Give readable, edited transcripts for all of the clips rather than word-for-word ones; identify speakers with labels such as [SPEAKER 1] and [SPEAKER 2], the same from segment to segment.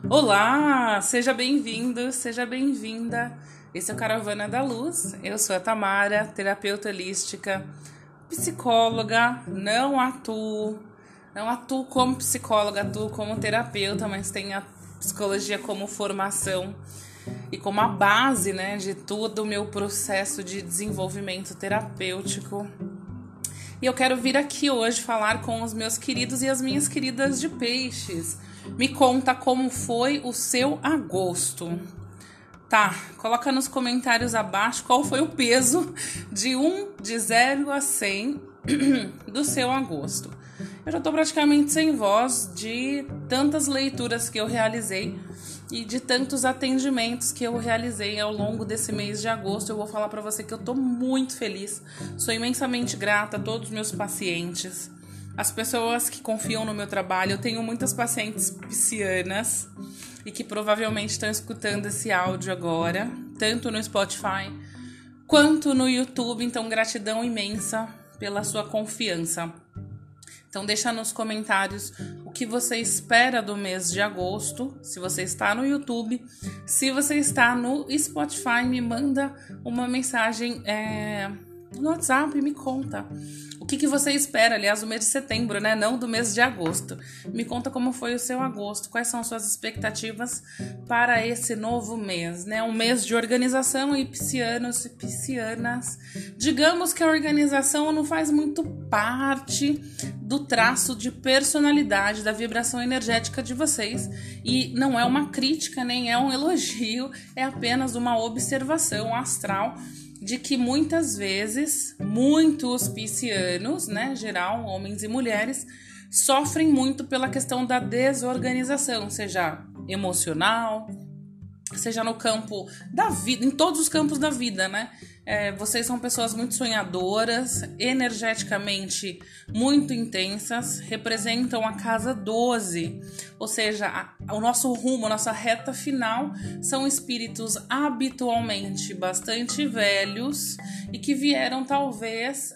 [SPEAKER 1] Olá, seja bem-vindo, seja bem-vinda. Esse é o Caravana da Luz. Eu sou a Tamara, terapeuta holística, psicóloga. Não atuo como psicóloga, atuo como terapeuta, mas tenho a psicologia como formação e como a base, né, de todo o meu processo de desenvolvimento terapêutico. E eu quero vir aqui hoje falar com os meus queridos e as minhas queridas de peixes. Me conta como foi o seu agosto. Tá, coloca nos comentários abaixo qual foi o peso de 0 a 100 do seu agosto. Eu já tô praticamente sem voz de tantas leituras que eu realizei e de tantos atendimentos que eu realizei ao longo desse mês de agosto. Eu vou falar pra você que eu tô muito feliz, sou imensamente grata a todos os meus pacientes, as pessoas que confiam no meu trabalho. Eu tenho muitas pacientes piscianas e que provavelmente estão escutando esse áudio agora, tanto no Spotify quanto no YouTube. Então, gratidão imensa pela sua confiança. Então, deixa nos comentários o que você espera do mês de agosto. Se você está no YouTube, se você está no Spotify, me manda uma mensagem no WhatsApp e me conta o que você espera, aliás, do mês de setembro, né? Não do mês de agosto. Me conta como foi o seu agosto, quais são suas expectativas para esse novo mês, né? Um mês de organização e piscianos e piscianas. Digamos que a organização não faz muito parte do traço de personalidade, da vibração energética de vocês. E não é uma crítica, nem é um elogio, é apenas uma observação astral de que muitas vezes, muitos piscianos, né, geral, homens e mulheres, sofrem muito pela questão da desorganização, seja emocional, seja no campo da vida, em todos os campos da vida, né? Vocês são pessoas muito sonhadoras, energeticamente muito intensas, representam a casa 12, ou seja, o nosso rumo, a nossa reta final, são espíritos habitualmente bastante velhos e que vieram talvez...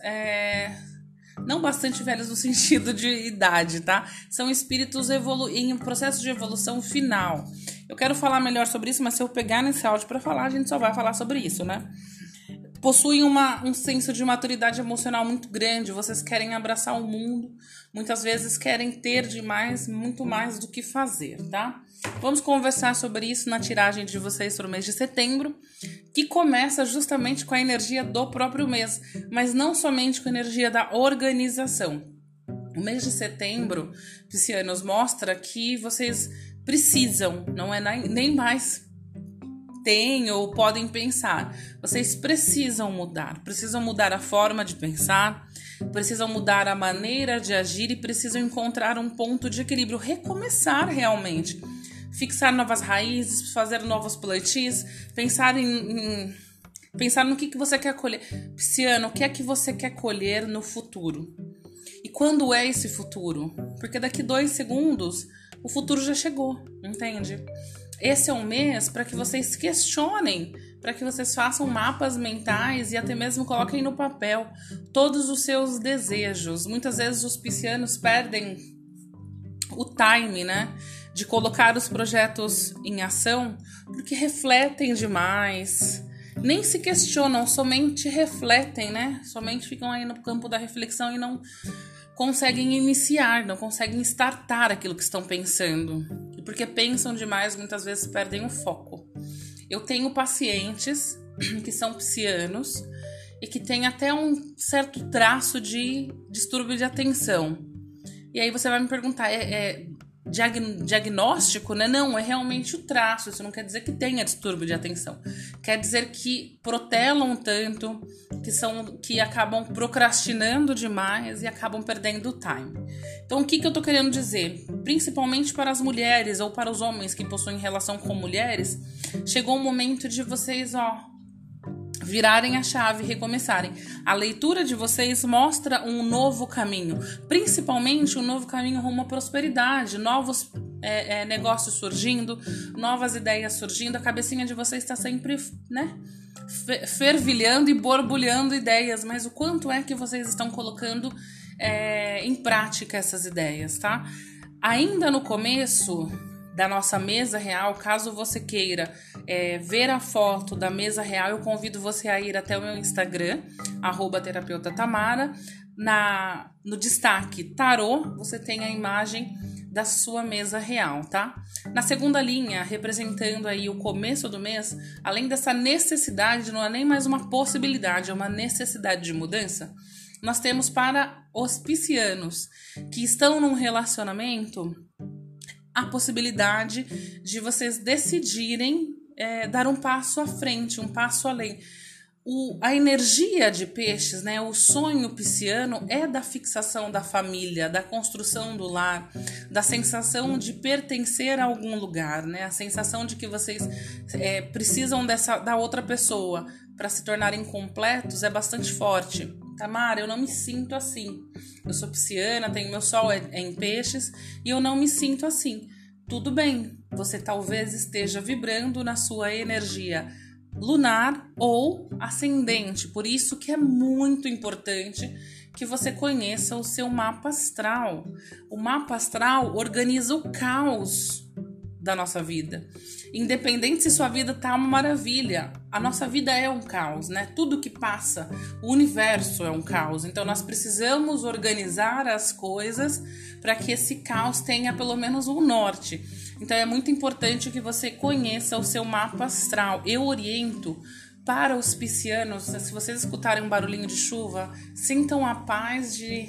[SPEAKER 1] não bastante velhos no sentido de idade, tá? São espíritos em processo de evolução final. Eu quero falar melhor sobre isso, mas se eu pegar nesse áudio para falar, a gente só vai falar sobre isso, né? Possuem um senso de maturidade emocional muito grande. Vocês querem abraçar o mundo, muitas vezes querem ter demais, muito mais do que fazer, tá? Vamos conversar sobre isso na tiragem de vocês para o mês de setembro, que começa justamente com a energia do próprio mês, mas não somente com a energia da organização. O mês de setembro, piscianos, mostra que vocês precisam, não é nem mais têm ou podem pensar. Vocês precisam mudar a forma de pensar, precisam mudar a maneira de agir e precisam encontrar um ponto de equilíbrio, recomeçar realmente, fixar novas raízes, fazer novos plantios, pensar pensar no que você quer colher. Pisciano, o que é que você quer colher no futuro? E quando é esse futuro? Porque daqui 2 segundos o futuro já chegou, entende? Esse é um mês para que vocês questionem, para que vocês façam mapas mentais e até mesmo coloquem no papel todos os seus desejos. Muitas vezes os piscianos perdem o time, né, de colocar os projetos em ação porque refletem demais, nem se questionam, somente refletem, né? Somente ficam aí no campo da reflexão e não conseguem iniciar, não conseguem startar aquilo que estão pensando. E porque pensam demais, muitas vezes perdem o foco. Eu tenho pacientes que são piscianos e que têm até um certo traço de distúrbio de atenção. E aí você vai me perguntar, diagnóstico, né? Não, é realmente o traço. Isso não quer dizer que tenha distúrbio de atenção. Quer dizer que protelam tanto, que acabam procrastinando demais e acabam perdendo o time. Então, o que eu tô querendo dizer? Principalmente para as mulheres ou para os homens que possuem relação com mulheres, chegou o momento de vocês, virarem a chave e recomeçarem. A leitura de vocês mostra um novo caminho, principalmente um novo caminho rumo à prosperidade, novos negócios surgindo, novas ideias surgindo. A cabecinha de vocês está sempre, né, fervilhando e borbulhando ideias, mas o quanto é que vocês estão colocando em prática essas ideias, tá? Ainda no começo da nossa mesa real, caso você queira ver a foto da mesa real, eu convido você a ir até o meu Instagram, @terapeuta_tamara. No destaque tarô, você tem a imagem da sua mesa real, tá? Na segunda linha, representando aí o começo do mês, além dessa necessidade, não é nem mais uma possibilidade, é uma necessidade de mudança, nós temos para os piscianos que estão num relacionamento a possibilidade de vocês decidirem dar um passo à frente, um passo além. A energia de peixes, né, o sonho pisciano é da fixação da família, da construção do lar, da sensação de pertencer a algum lugar, né, a sensação de que vocês precisam da outra pessoa para se tornarem completos é bastante forte. Tamara, eu não me sinto assim. Eu sou pisciana, meu sol em peixes e eu não me sinto assim. Tudo bem, você talvez esteja vibrando na sua energia lunar ou ascendente. Por isso que é muito importante que você conheça o seu mapa astral. O mapa astral organiza o caos da nossa vida. Independente se sua vida tá uma maravilha, a nossa vida é um caos, né? Tudo que passa, o universo é um caos. Então nós precisamos organizar as coisas para que esse caos tenha pelo menos um norte. Então é muito importante que você conheça o seu mapa astral. Eu oriento para os piscianos, se vocês escutarem um barulhinho de chuva, sintam a paz de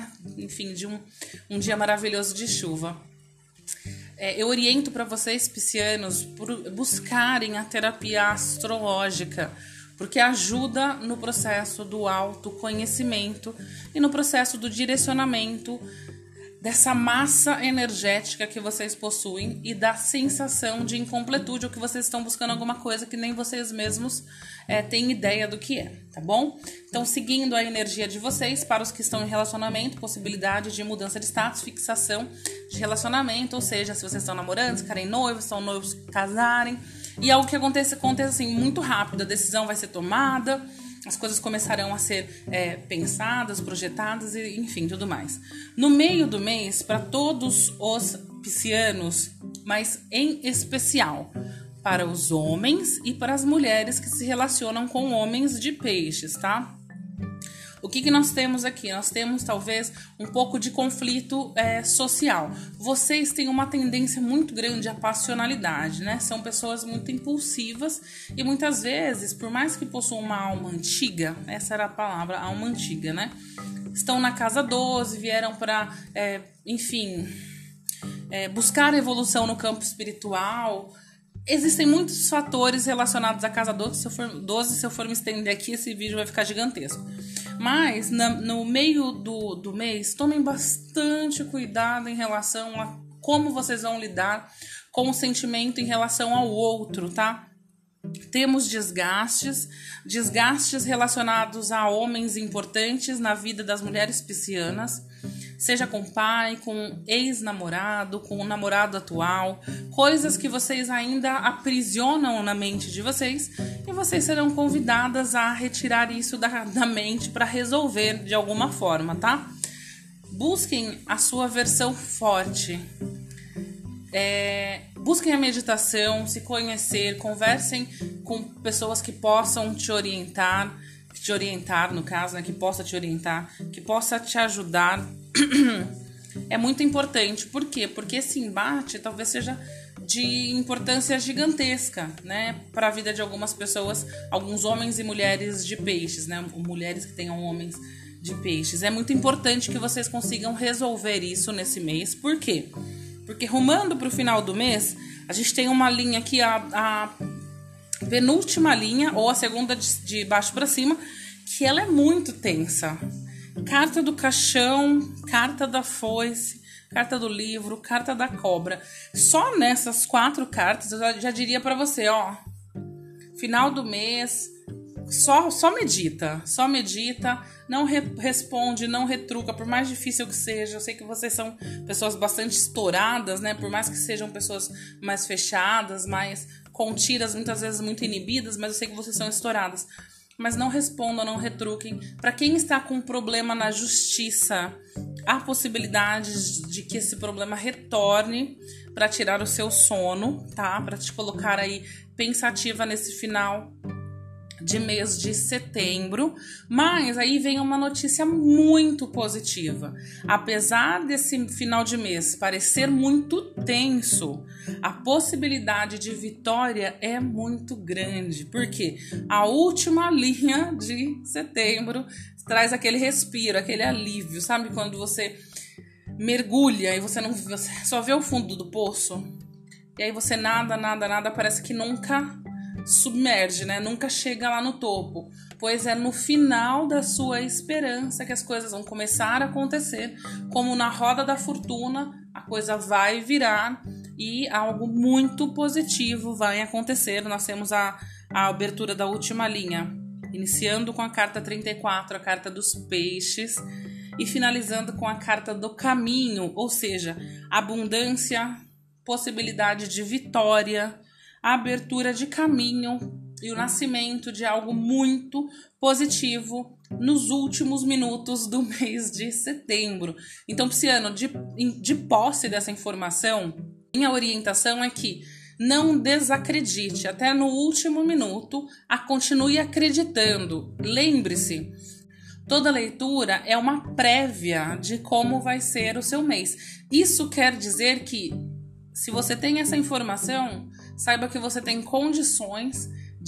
[SPEAKER 1] um dia maravilhoso de chuva. Eu oriento para vocês, piscianos, buscarem a terapia astrológica, porque ajuda no processo do autoconhecimento e no processo do direcionamento dessa massa energética que vocês possuem e da sensação de incompletude, ou que vocês estão buscando alguma coisa que nem vocês mesmos têm ideia do que é, tá bom? Então, seguindo a energia de vocês, para os que estão em relacionamento, possibilidade de mudança de status, fixação de relacionamento, ou seja, se vocês estão namorando, se querem noivos, estão noivos, casarem, e algo que aconteça assim, muito rápido, a decisão vai ser tomada, as coisas começarão a ser pensadas, projetadas, e enfim, tudo mais. No meio do mês, para todos os piscianos, mas em especial para os homens e para as mulheres que se relacionam com homens de peixes, tá? O que nós temos aqui? Nós temos talvez um pouco de conflito social. Vocês têm uma tendência muito grande à passionalidade, né? São pessoas muito impulsivas e muitas vezes, por mais que possuam uma alma antiga, essa era a palavra, alma antiga, né? Estão na casa 12, vieram para, buscar evolução no campo espiritual. Existem muitos fatores relacionados à casa 12. Se eu for me estender aqui, esse vídeo vai ficar gigantesco. Mas no meio do mês, tomem bastante cuidado em relação a como vocês vão lidar com o sentimento em relação ao outro, tá? Temos desgastes relacionados a homens importantes na vida das mulheres piscianas, seja com pai, com ex-namorado, com o namorado atual, coisas que vocês ainda aprisionam na mente de vocês e vocês serão convidadas a retirar isso da mente para resolver de alguma forma, tá? Busquem a sua versão forte. Busquem a meditação, se conhecer, conversem com pessoas que possam te orientar no caso, né, que possa te orientar, que possa te ajudar. É muito importante. Por quê? Porque esse embate talvez seja de importância gigantesca, né, para a vida de algumas pessoas, alguns homens e mulheres de peixes, né, mulheres que tenham homens de peixes. É muito importante que vocês consigam resolver isso nesse mês. Por quê? Porque rumando para o final do mês, a gente tem uma linha aqui, a penúltima linha, ou a segunda de baixo para cima, que ela é muito tensa. Carta do caixão, carta da foice, carta do livro, carta da cobra. Só nessas 4 cartas eu já diria para você, ó, final do mês, só medita, não responde, não retruca, por mais difícil que seja. Eu sei que vocês são pessoas bastante estouradas, né? Por mais que sejam pessoas mais fechadas, mais contidas, muitas vezes muito inibidas, mas eu sei que vocês são estouradas. Mas não respondam, não retruquem. Para quem está com problema na justiça, há possibilidades de que esse problema retorne para tirar o seu sono, tá? Para te colocar aí pensativa nesse final de mês de setembro, mas aí vem uma notícia muito positiva. Apesar desse final de mês parecer muito tenso, a possibilidade de vitória é muito grande, porque a última linha de setembro traz aquele respiro, aquele alívio, sabe? Quando você mergulha e você só vê o fundo do poço, e aí você nada, parece que nunca submerge, né? Nunca chega lá no topo, pois é no final da sua esperança que as coisas vão começar a acontecer, como na roda da fortuna, a coisa vai virar e algo muito positivo vai acontecer. Nós temos a abertura da última linha, iniciando com a carta 34, a carta dos peixes, e finalizando com a carta do caminho, ou seja, abundância, possibilidade de vitória, a abertura de caminho e o nascimento de algo muito positivo nos últimos minutos do mês de setembro. Então, Pisciano, de posse dessa informação, minha orientação é que não desacredite, até no último minuto, continue acreditando. Lembre-se, toda leitura é uma prévia de como vai ser o seu mês. Isso quer dizer que, se você tem essa informação, saiba que você tem condições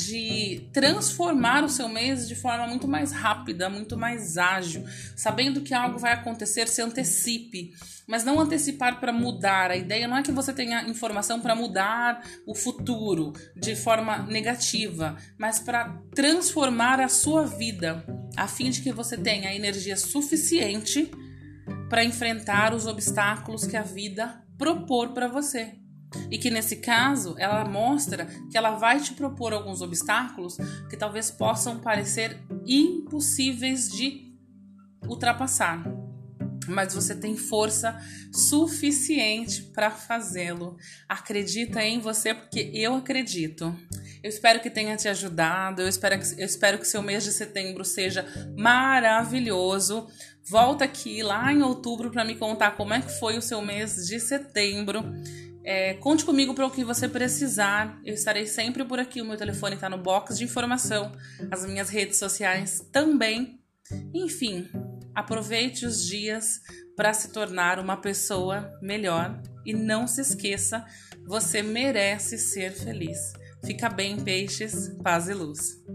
[SPEAKER 1] de transformar o seu mês de forma muito mais rápida, muito mais ágil. Sabendo que algo vai acontecer, se antecipe. Mas não antecipar para mudar. A ideia não é que você tenha informação para mudar o futuro de forma negativa, mas para transformar a sua vida, a fim de que você tenha energia suficiente para enfrentar os obstáculos que a vida propor para você. E que nesse caso ela mostra que ela vai te propor alguns obstáculos que talvez possam parecer impossíveis de ultrapassar, mas você tem força suficiente para fazê-lo. Acredita em você, porque eu acredito. Eu espero que tenha te ajudado, eu espero que seu mês de setembro seja maravilhoso. Volta aqui lá em outubro para me contar como é que foi o seu mês de setembro. Conte comigo para o que você precisar. Eu estarei sempre por aqui. O meu telefone está no box de informação, as minhas redes sociais também. Enfim, aproveite os dias para se tornar uma pessoa melhor e não se esqueça, você merece ser feliz. Fica bem, peixes, paz e luz.